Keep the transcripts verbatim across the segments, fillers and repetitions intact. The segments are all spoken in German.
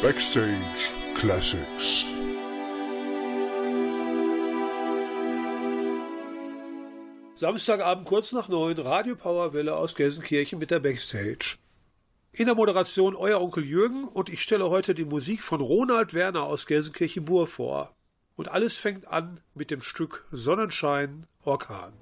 Backstage Classics. Samstagabend kurz nach neun, Radio Powerwelle aus Gelsenkirchen mit der Backstage. In der Moderation euer Onkel Jürgen und ich stelle heute die Musik von Ronald Werner aus Gelsenkirchen-Bur vor. Und alles fängt an mit dem Stück Sonnenschein Orkan.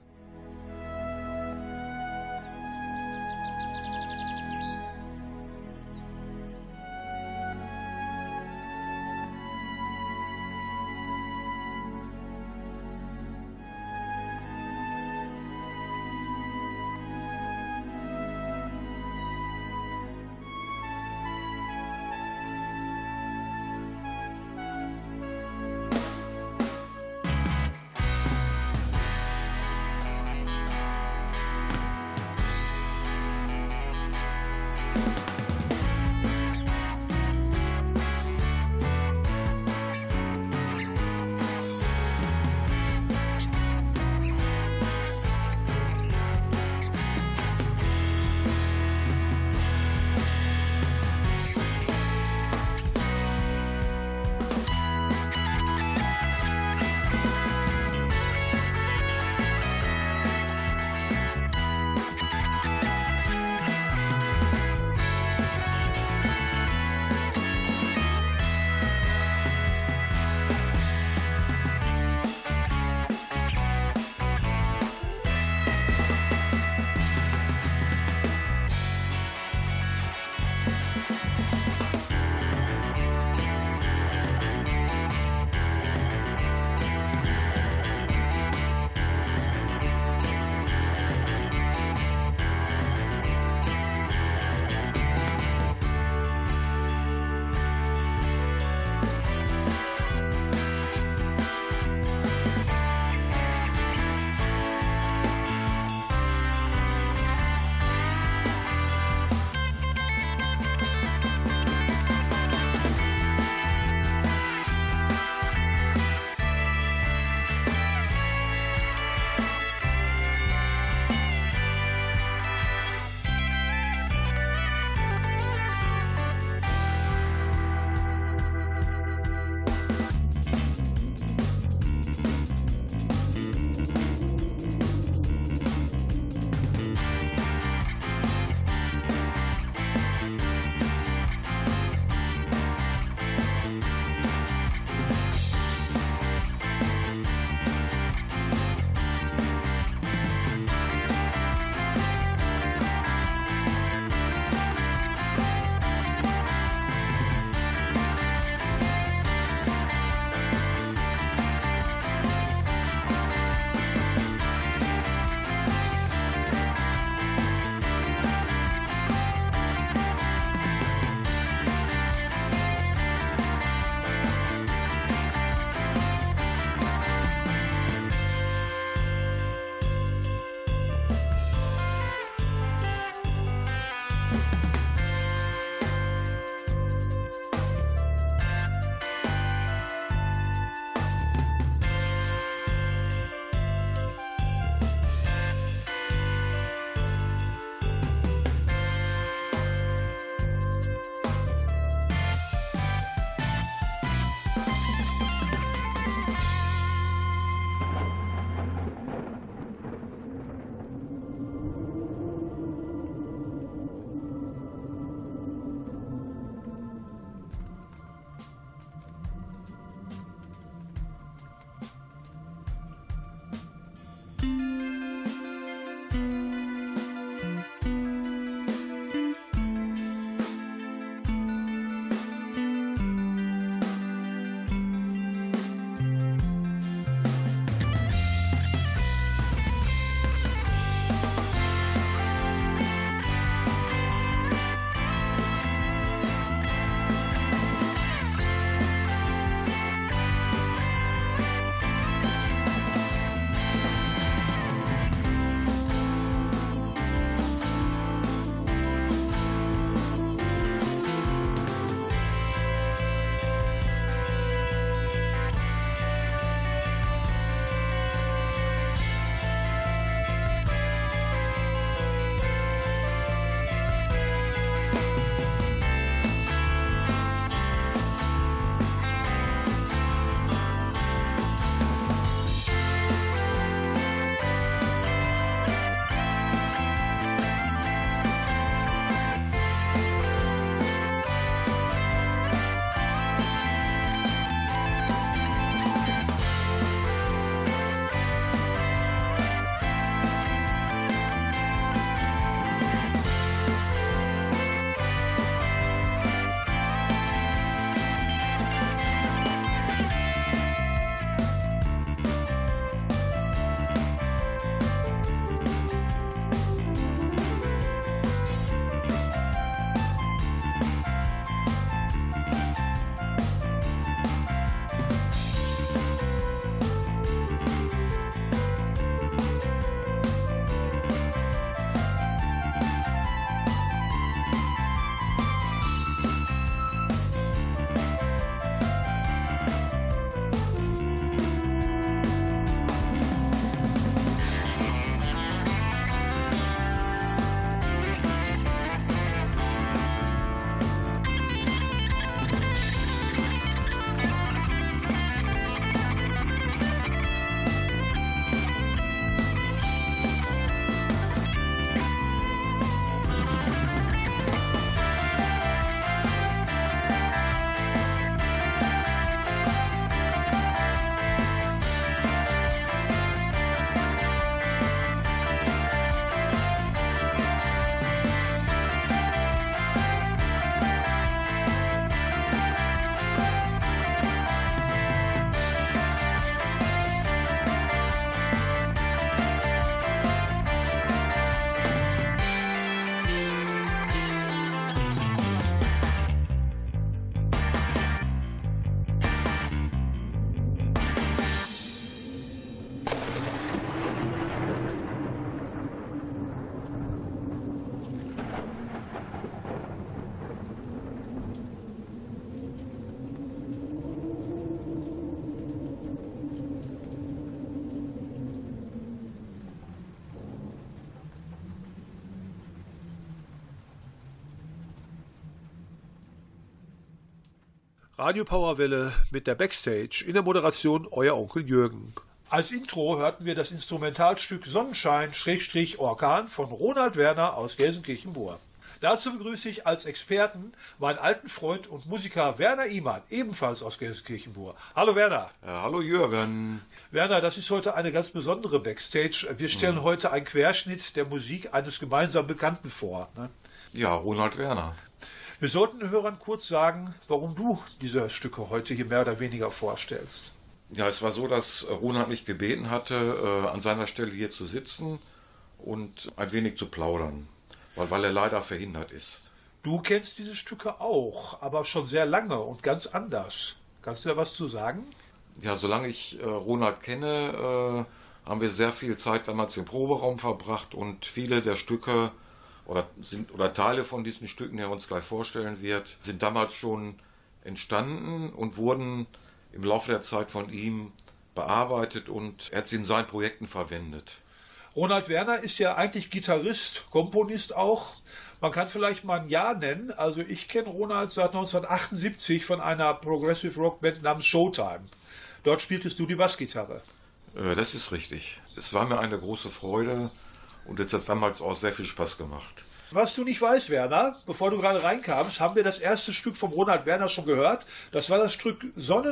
Radio Powerwelle mit der Backstage, in der Moderation euer Onkel Jürgen. Als Intro hörten wir das Instrumentalstück Sonnenschein-Orkan von Ronald Werner aus Gelsenkirchen-Bur. Dazu begrüße ich als Experten meinen alten Freund und Musiker Werner Ihmann, ebenfalls aus Gelsenkirchen-Bur. Hallo Werner. Ja, hallo Jürgen. Werner, das ist heute eine ganz besondere Backstage. Wir stellen mhm. heute einen Querschnitt der Musik eines gemeinsam Bekannten vor. Ne? Ja, Ronald Werner. Wir sollten den Hörern kurz sagen, warum du diese Stücke heute hier mehr oder weniger vorstellst. Ja, es war so, dass Ronald mich gebeten hatte, äh, an seiner Stelle hier zu sitzen und ein wenig zu plaudern, weil, weil er leider verhindert ist. Du kennst diese Stücke auch, aber schon sehr lange und ganz anders. Kannst du da was zu sagen? Ja, solange ich äh, Ronald kenne, äh, haben wir sehr viel Zeit damals im Proberaum verbracht und viele der Stücke oder sind oder Teile von diesen Stücken, die er uns gleich vorstellen wird, sind damals schon entstanden und wurden im Laufe der Zeit von ihm bearbeitet und er hat sie in seinen Projekten verwendet. Ronald Werner ist ja eigentlich Gitarrist, Komponist auch. Man kann vielleicht mal ein Jahr nennen. Also ich kenne Ronald seit neunzehnhundertachtundsiebzig von einer Progressive Rock Band namens Showtime. Dort spieltest du die Bassgitarre. Äh, das ist richtig. Es war mir eine große Freude. Und jetzt hat es damals auch sehr viel Spaß gemacht. Was du nicht weißt, Werner, bevor du gerade reinkamst, haben wir das erste Stück vom Ronald Werner schon gehört. Das war das Stück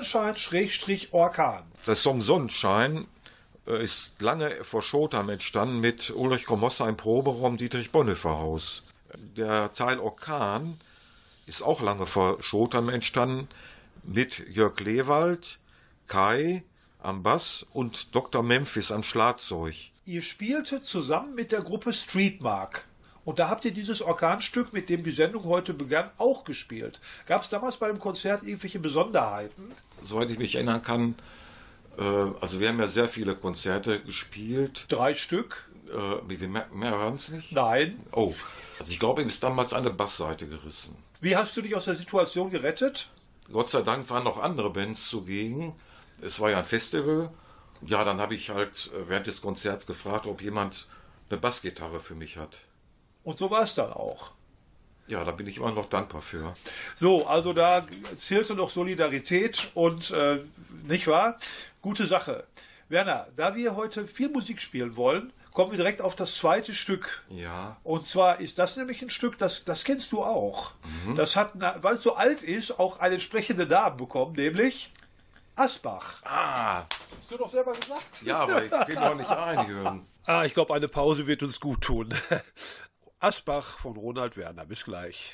Sonnenschein-Orkan. Der Song Sonnenschein äh, ist lange vor Showtime entstanden mit Ulrich Komossa im Proberaum Dietrich Bonhoeffer Haus. Der Teil Orkan ist auch lange vor Showtime entstanden mit Jörg Lewald, Kai am Bass und Doktor Memphis am Schlagzeug. Ihr spieltet zusammen mit der Gruppe Streetmark. Und da habt ihr dieses Orkanstück, mit dem die Sendung heute begann, auch gespielt. Gab es damals bei dem Konzert irgendwelche Besonderheiten? Soweit ich mich erinnern kann, äh, also wir haben ja sehr viele Konzerte gespielt. Drei Stück? Äh, wie, mehr mehr waren es nicht? Nein. Oh, also ich glaube, ihm ist damals eine Bassseite gerissen. Wie hast du dich aus der Situation gerettet? Gott sei Dank waren noch andere Bands zugegen. Es war ja ein Festival. Ja, dann habe ich halt während des Konzerts gefragt, ob jemand eine Bassgitarre für mich hat. Und so war es dann auch. Ja, da bin ich immer noch dankbar für. So, also da zählte noch Solidarität und, äh, nicht wahr? Gute Sache. Werner, da wir heute viel Musik spielen wollen, kommen wir direkt auf das zweite Stück. Ja. Und zwar ist das nämlich ein Stück, das, das kennst du auch. Mhm. Das hat, weil es so alt ist, auch einen entsprechenden Namen bekommen, nämlich Asbach. Ah. Hast du doch selber gesagt? Ja, aber ich will noch nicht einhören. Ah, ich glaube, eine Pause wird uns gut tun. Asbach von Ronald Werner. Bis gleich.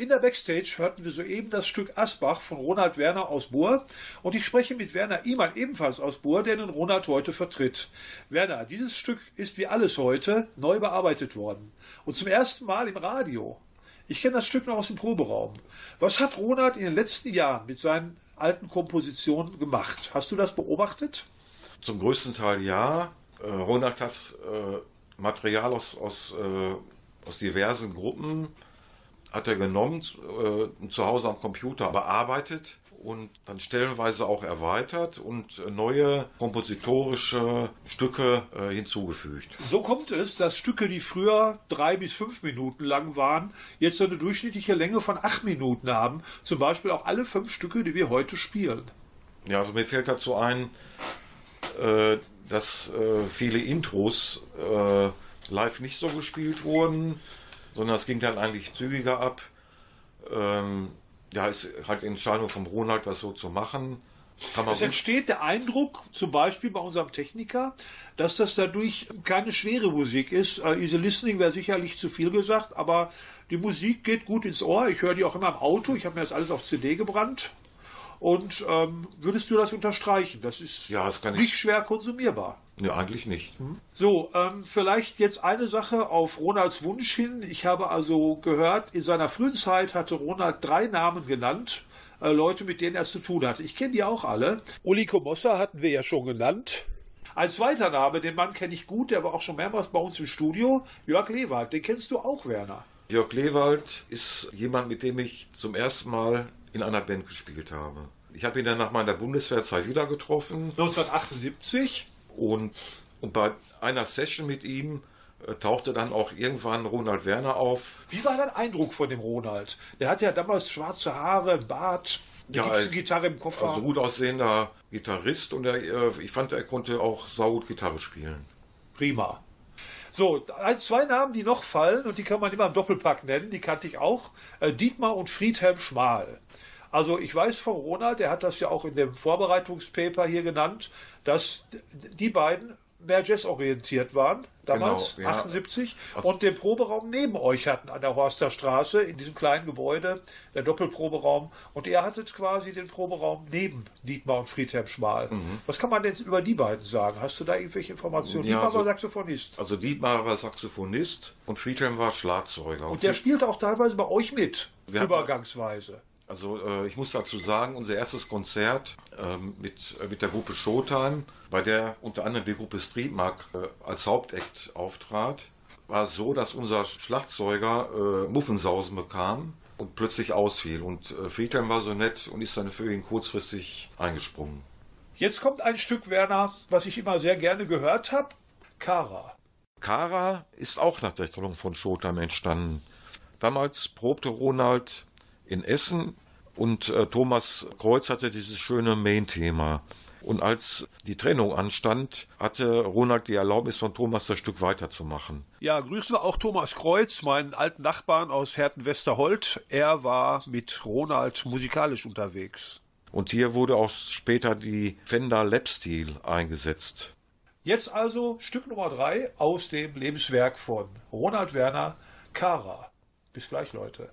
In der Backstage hörten wir soeben das Stück Asbach von Ronald Werner aus Buhr und ich spreche mit Werner Ihmann ebenfalls aus Buhr, der den Ronald heute vertritt. Werner, dieses Stück ist wie alles heute neu bearbeitet worden und zum ersten Mal im Radio. Ich kenne das Stück noch aus dem Proberaum. Was hat Ronald in den letzten Jahren mit seinen alten Kompositionen gemacht? Hast du das beobachtet? Zum größten Teil ja. Äh, Ronald hat äh, Material aus, aus, äh, aus diversen Gruppen hat er genommen, äh, zu Hause am Computer bearbeitet und dann stellenweise auch erweitert und neue kompositorische Stücke äh, hinzugefügt. So kommt es, dass Stücke, die früher drei bis fünf Minuten lang waren, jetzt so eine durchschnittliche Länge von acht Minuten haben. Zum Beispiel auch alle fünf Stücke, die wir heute spielen. Ja, also mir fällt dazu ein, äh, dass äh, viele Intros äh, live nicht so gespielt wurden, sondern es ging dann eigentlich zügiger ab. Ähm, ja, ist halt die Entscheidung vom Ronald, das so zu machen. Kann man es entsteht der Eindruck, zum Beispiel bei unserem Techniker, dass das dadurch keine schwere Musik ist. Uh, Easy Listening wäre sicherlich zu viel gesagt, aber die Musik geht gut ins Ohr. Ich höre die auch immer im Auto. Ich habe mir das alles auf C D gebrannt. Und ähm, würdest du das unterstreichen? Das ist ja, das kann nicht ich... schwer konsumierbar. Ja, eigentlich nicht. So, ähm, vielleicht jetzt eine Sache auf Ronalds Wunsch hin. Ich habe also gehört, in seiner frühen Zeit hatte Ronald drei Namen genannt, äh, Leute, mit denen er es zu tun hatte. Ich kenne die auch alle. Uli Komossa hatten wir ja schon genannt. Als zweiter Name, den Mann kenne ich gut, der war auch schon mehrmals bei uns im Studio, Jörg Lewald. Den kennst du auch, Werner? Jörg Lewald ist jemand, mit dem ich zum ersten Mal in einer Band gespielt habe. Ich habe ihn dann nach meiner Bundeswehrzeit wieder getroffen. neunzehnhundertachtundsiebzig. Und, und bei einer Session mit ihm äh, tauchte dann auch irgendwann Ronald Werner auf. Wie war dein Eindruck von dem Ronald? Der hatte ja damals schwarze Haare, Bart, eine Ja, Gibson-Gitarre im Koffer. Also gut aussehender Gitarrist und er, äh, ich fand, er konnte auch saugut Gitarre spielen. Prima. So, ein, zwei Namen, die noch fallen und die kann man immer im Doppelpack nennen, die kannte ich auch. Äh, Dietmar und Friedhelm Schmal. Also ich weiß von Ronald, der hat das ja auch in dem Vorbereitungspaper hier genannt, dass die beiden mehr jazzorientiert waren, damals, genau, ja. achtundsiebzig, also, und den Proberaum neben euch hatten an der Horster Straße, in diesem kleinen Gebäude, der Doppelproberaum. Und ihr hattet quasi den Proberaum neben Dietmar und Friedhelm Schmal. Mhm. Was kann man denn über die beiden sagen? Hast du da irgendwelche Informationen? Ja, Dietmar also, war Saxophonist. Also Dietmar war Saxophonist und Friedhelm war Schlagzeuger. Und, und der spielte auch teilweise bei euch mit, übergangsweise. Also äh, ich muss dazu sagen, unser erstes Konzert ähm, mit, äh, mit der Gruppe Showtime, bei der unter anderem die Gruppe Streetmark äh, als Hauptakt auftrat, war so, dass unser Schlagzeuger äh, Muffensausen bekam und plötzlich ausfiel. Und äh, Friedhelm war so nett und ist dann für ihn kurzfristig eingesprungen. Jetzt kommt ein Stück, Werner, was ich immer sehr gerne gehört habe. Kara. Kara ist auch nach der Trennung von Showtime entstanden. Damals probte Ronald in Essen und äh, Thomas Kreuz hatte dieses schöne Main-Thema. Und als die Trennung anstand, hatte Ronald die Erlaubnis von Thomas, das Stück weiterzumachen. Ja, grüßen wir auch Thomas Kreuz, meinen alten Nachbarn aus Herten-Westerholt. Er war mit Ronald musikalisch unterwegs. Und hier wurde auch später die Fender Lap-Steel eingesetzt. Jetzt also Stück Nummer drei aus dem Lebenswerk von Ronald Werner, Kara. Bis gleich, Leute.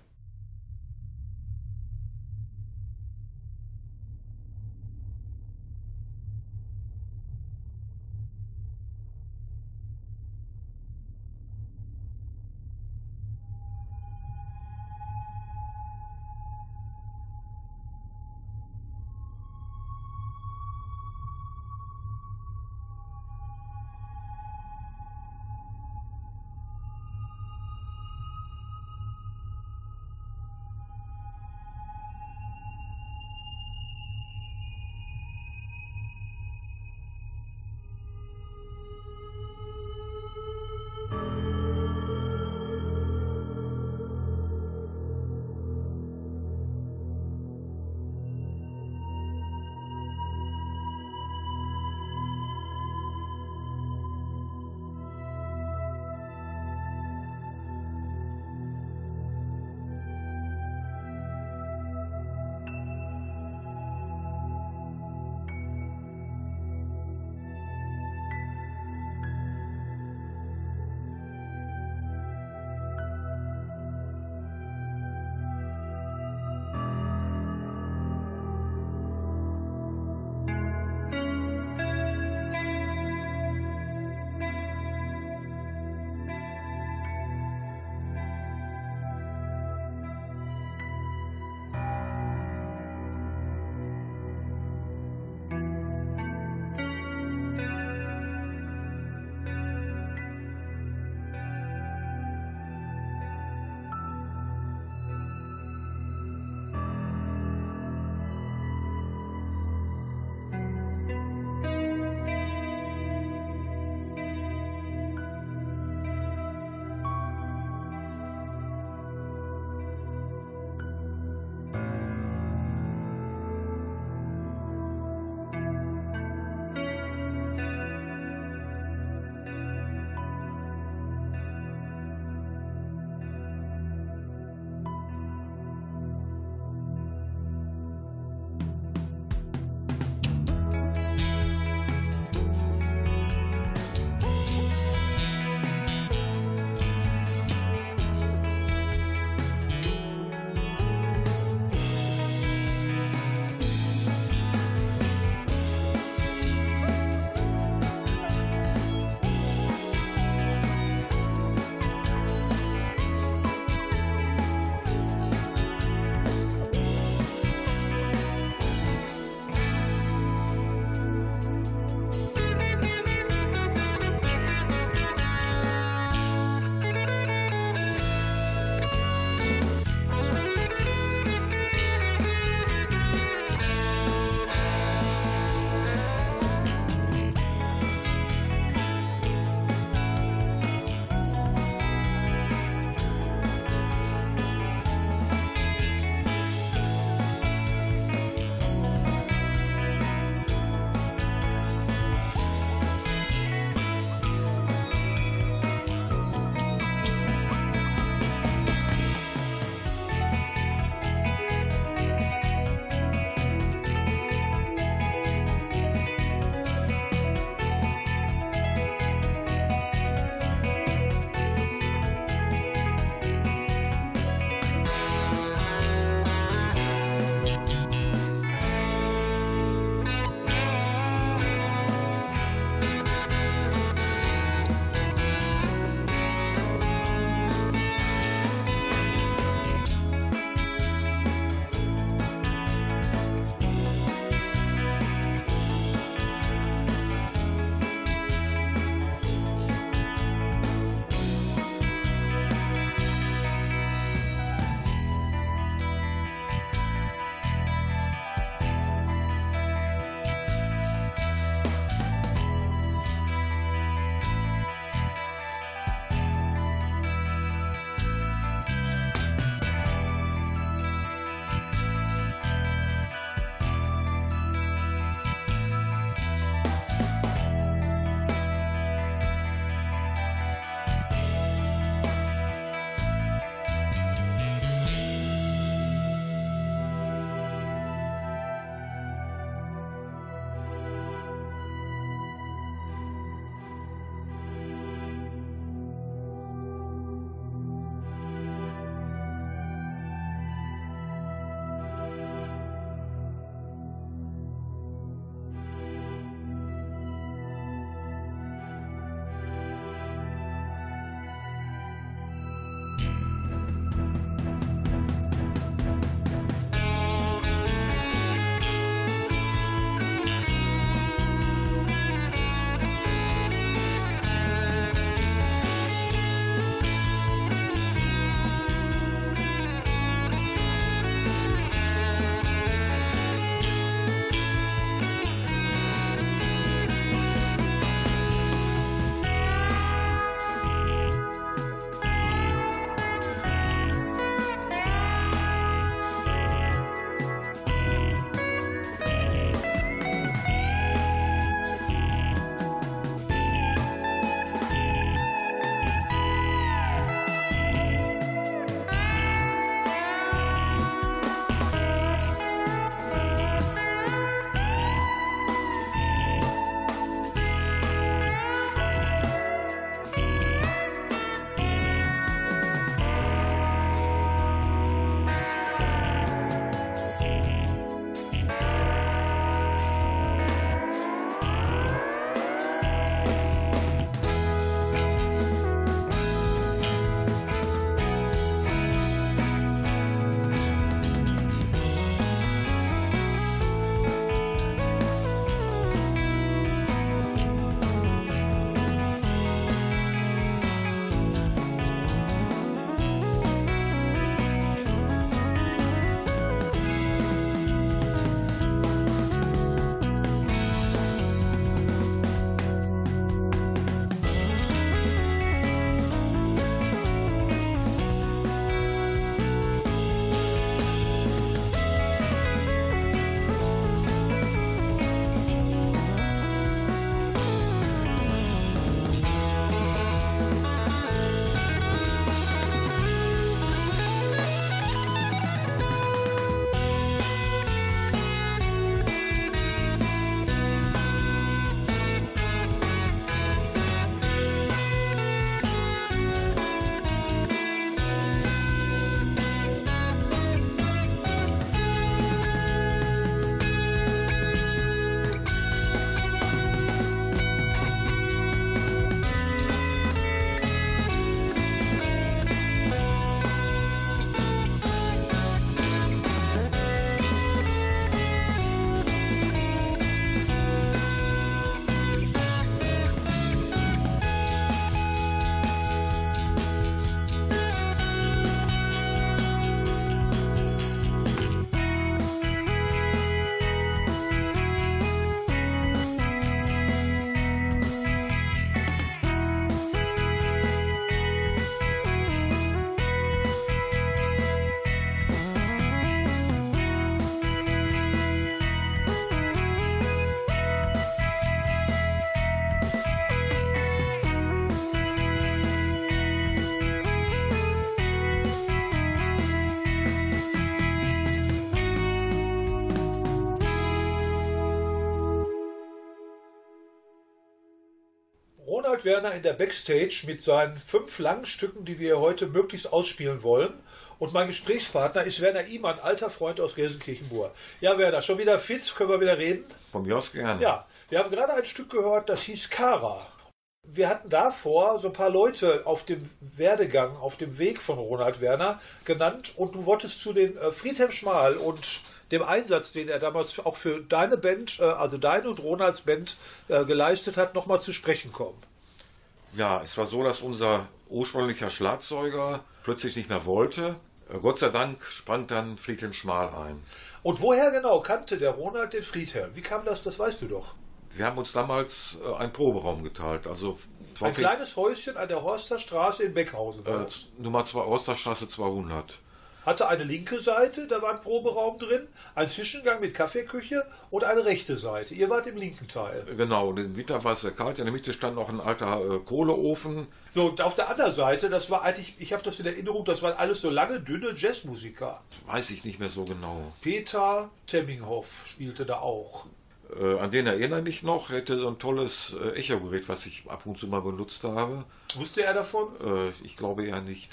Ronald Werner in der Backstage mit seinen fünf langen Stücken, die wir heute möglichst ausspielen wollen. Und mein Gesprächspartner ist Werner Ihmann, alter Freund aus Gelsenkirchen-Bur. Ja, Werner, schon wieder fit? Können wir wieder reden? Von mir aus gerne. Ja, wir haben gerade ein Stück gehört, das hieß Kara. Wir hatten davor so ein paar Leute auf dem Werdegang, auf dem Weg von Ronald Werner genannt und du wolltest zu den äh, Friedhelm Schmal und dem Einsatz, den er damals auch für deine Band, äh, also deine und Ronalds Band äh, geleistet hat, nochmal zu sprechen kommen. Ja, es war so, dass unser ursprünglicher Schlagzeuger plötzlich nicht mehr wollte. Äh, Gott sei Dank sprang dann Friedhelm Schmal ein. Und woher genau kannte der Ronald den Friedhelm? Wie kam das? Das weißt du doch. Wir haben uns damals äh, einen Proberaum geteilt. Also ein kleines Häuschen an der Horster Straße in Beckhausen. Äh, Nummer zwei, Horsterstraße zweihundert. Hatte eine linke Seite, da war ein Proberaum drin, ein Zwischengang mit Kaffeeküche und eine rechte Seite. Ihr wart im linken Teil. Genau, und im Winter war es sehr kalt. In der Mitte stand noch ein alter äh, Kohleofen. So, und auf der anderen Seite, das war eigentlich, ich habe das in Erinnerung, das waren alles so lange, dünne Jazzmusiker. Weiß ich nicht mehr so genau. Peter Temminghoff spielte da auch. Äh, an den erinnere ich mich noch. Er hatte so ein tolles äh, Echo-Gerät, was ich ab und zu mal benutzt habe. Wusste er davon? Äh, ich glaube eher nicht.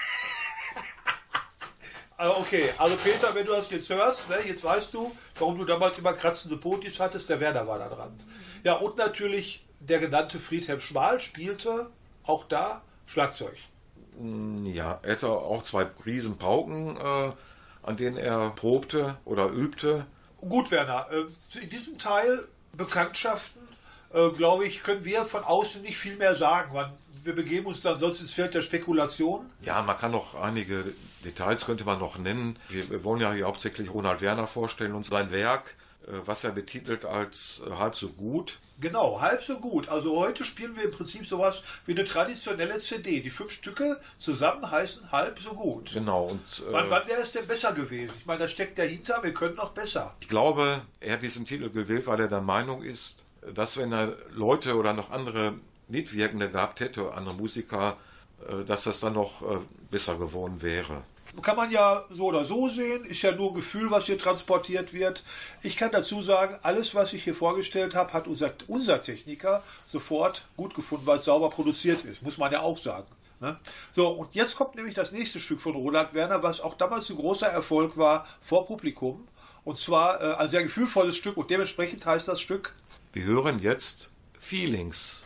Okay, also Peter, wenn du das jetzt hörst, ne, jetzt weißt du, warum du damals immer kratzende Potis hattest, der Werner war da dran. Ja, und natürlich der genannte Friedhelm Schmal spielte auch da Schlagzeug. Ja, er hatte auch zwei riesen Pauken, äh, an denen er probte oder übte. Gut, Werner, äh, in diesem Teil Bekanntschaften, äh, glaube ich, können wir von außen nicht viel mehr sagen, weil wir begeben uns dann sonst ins Feld der Spekulation. Ja, man kann noch einige Details könnte man noch nennen. Wir, wir wollen ja hier hauptsächlich Ronald Werner vorstellen und sein Werk, äh, was er betitelt als äh, halb so gut. Genau, halb so gut. Also heute spielen wir im Prinzip sowas wie eine traditionelle C D. Die fünf Stücke zusammen heißen halb so gut. Genau. Und äh, wann, wann wäre es denn besser gewesen? Ich meine, da steckt dahinter, wir können noch besser. Ich glaube, er hat diesen Titel gewählt, weil er der Meinung ist, dass wenn er Leute oder noch andere Mitwirkende gehabt hätte, andere Musiker, dass das dann noch besser geworden wäre. Kann man ja so oder so sehen, ist ja nur ein Gefühl, was hier transportiert wird. Ich kann dazu sagen, alles, was ich hier vorgestellt habe, hat unser, unser Techniker sofort gut gefunden, weil es sauber produziert ist, muss man ja auch sagen. Ne? So, und jetzt kommt nämlich das nächste Stück von Ronald Werner, was auch damals ein großer Erfolg war vor Publikum. Und zwar äh, ein sehr gefühlvolles Stück und dementsprechend heißt das Stück. Wir hören jetzt Feelings.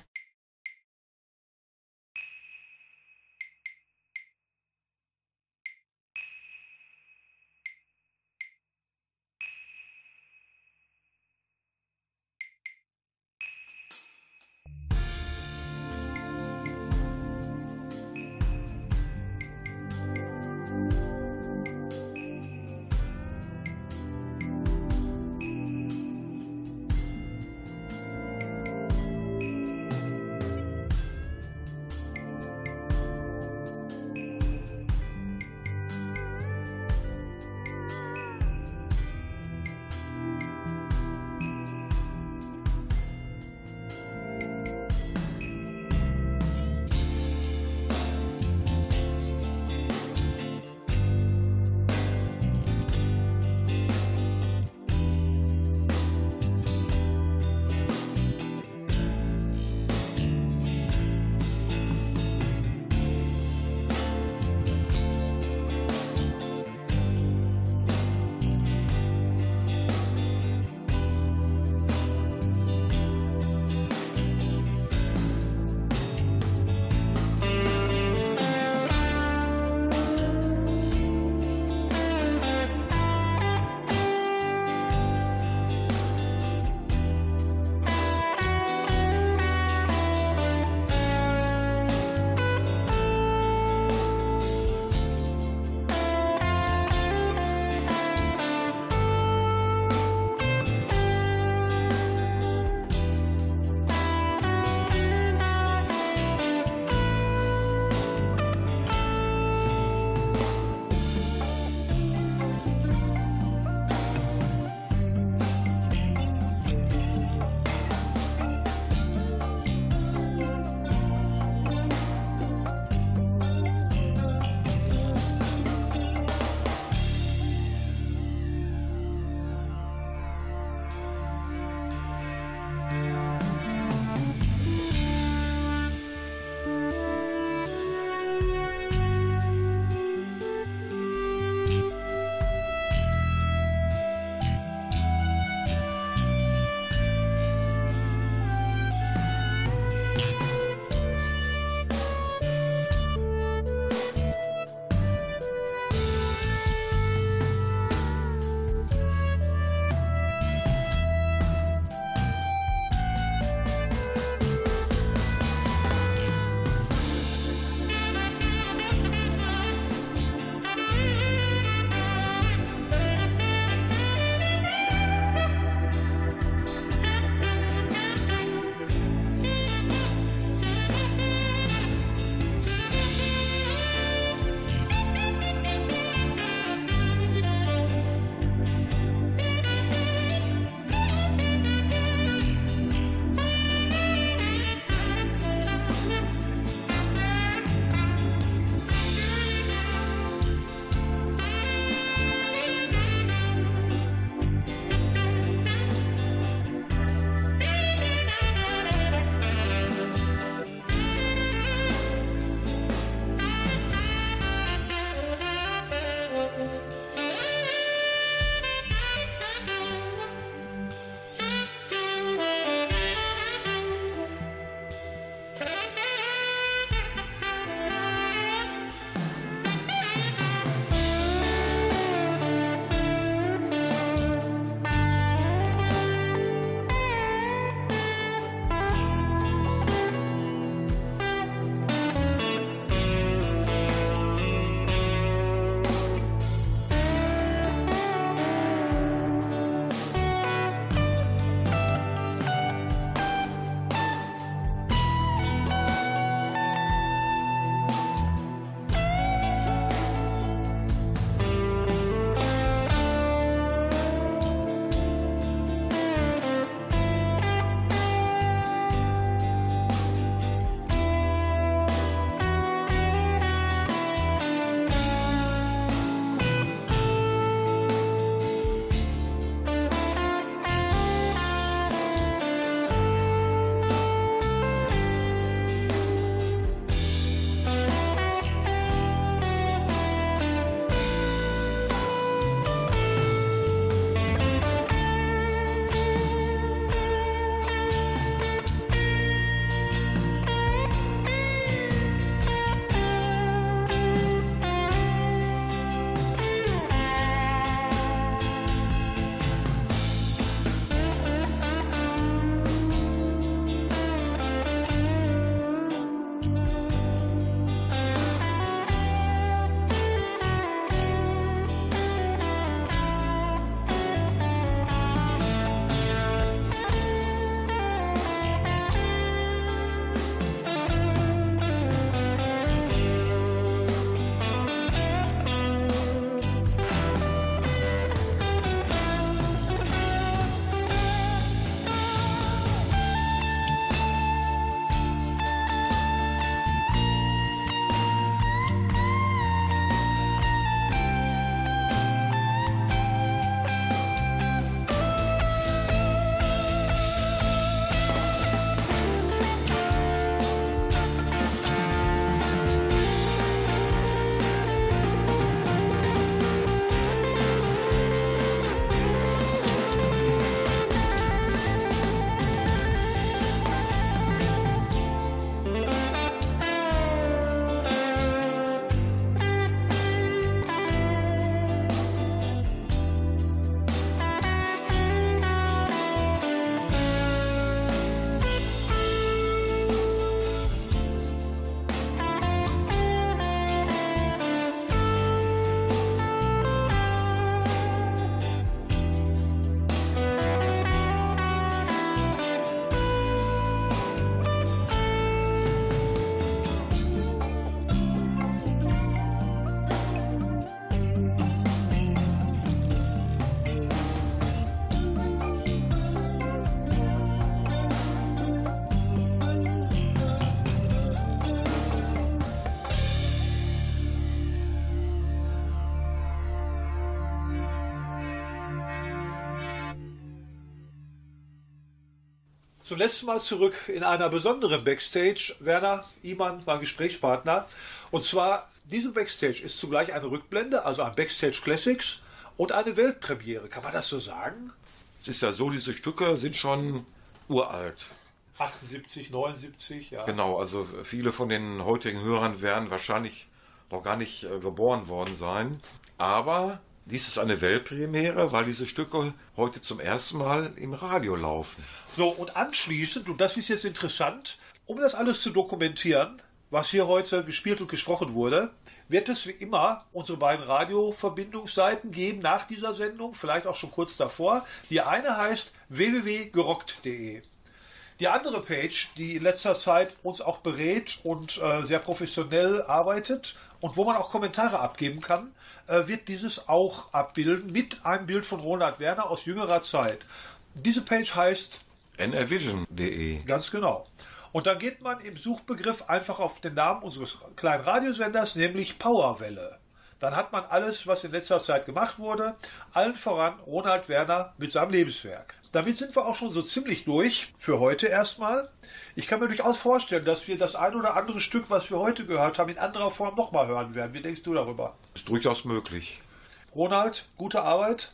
Zum letzten Mal zurück in einer besonderen Backstage. Werner Ihmann, mein Gesprächspartner. Und zwar, diese Backstage ist zugleich eine Rückblende, also ein Backstage Classics und eine Weltpremiere. Kann man das so sagen? Es ist ja so, diese Stücke sind schon uralt. achtundsiebzig, neunundsiebzig, ja. Genau, also viele von den heutigen Hörern werden wahrscheinlich noch gar nicht äh, geboren worden sein. Aber dies ist eine Weltpremiere, weil diese Stücke heute zum ersten Mal im Radio laufen. So, und anschließend, und das ist jetzt interessant, um das alles zu dokumentieren, was hier heute gespielt und gesprochen wurde, wird es wie immer unsere beiden Radioverbindungsseiten geben nach dieser Sendung, vielleicht auch schon kurz davor. Die eine heißt w w w punkt gerockt punkt de. Die andere Page, die in letzter Zeit uns auch berät und äh, sehr professionell arbeitet und wo man auch Kommentare abgeben kann, äh, wird dieses auch abbilden mit einem Bild von Ronald Werner aus jüngerer Zeit. Diese Page heißt n r vision punkt de. Ganz genau. Und dann geht man im Suchbegriff einfach auf den Namen unseres kleinen Radiosenders, nämlich Powerwelle. Dann hat man alles, was in letzter Zeit gemacht wurde, allen voran Ronald Werner mit seinem Lebenswerk. Damit sind wir auch schon so ziemlich durch, für heute erstmal. Ich kann mir durchaus vorstellen, dass wir das ein oder andere Stück, was wir heute gehört haben, in anderer Form nochmal hören werden. Wie denkst du darüber? Ist durchaus möglich. Ronald, gute Arbeit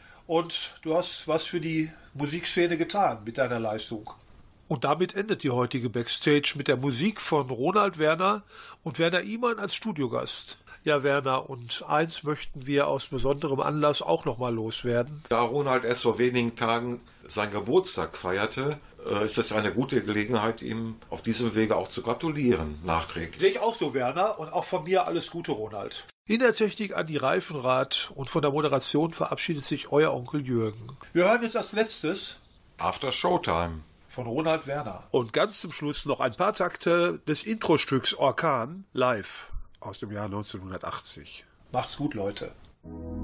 und du hast was für die Musikszene getan mit deiner Leistung. Und damit endet die heutige Backstage mit der Musik von Ronald Werner und Werner Ihmann als Studiogast. Ja, Werner, und eins möchten wir aus besonderem Anlass auch nochmal loswerden. Da Ronald erst vor wenigen Tagen seinen Geburtstag feierte, ist es eine gute Gelegenheit, ihm auf diesem Wege auch zu gratulieren, nachträglich. Sehe ich auch so, Werner, und auch von mir alles Gute, Ronald. In der Technik Andi Reifenrath und von der Moderation verabschiedet sich euer Onkel Jürgen. Wir hören jetzt als letztes After Showtime von Ronald Werner. Und ganz zum Schluss noch ein paar Takte des Introstücks Orkan live aus dem Jahr neunzehnhundertachtzig. Macht's gut, Leute.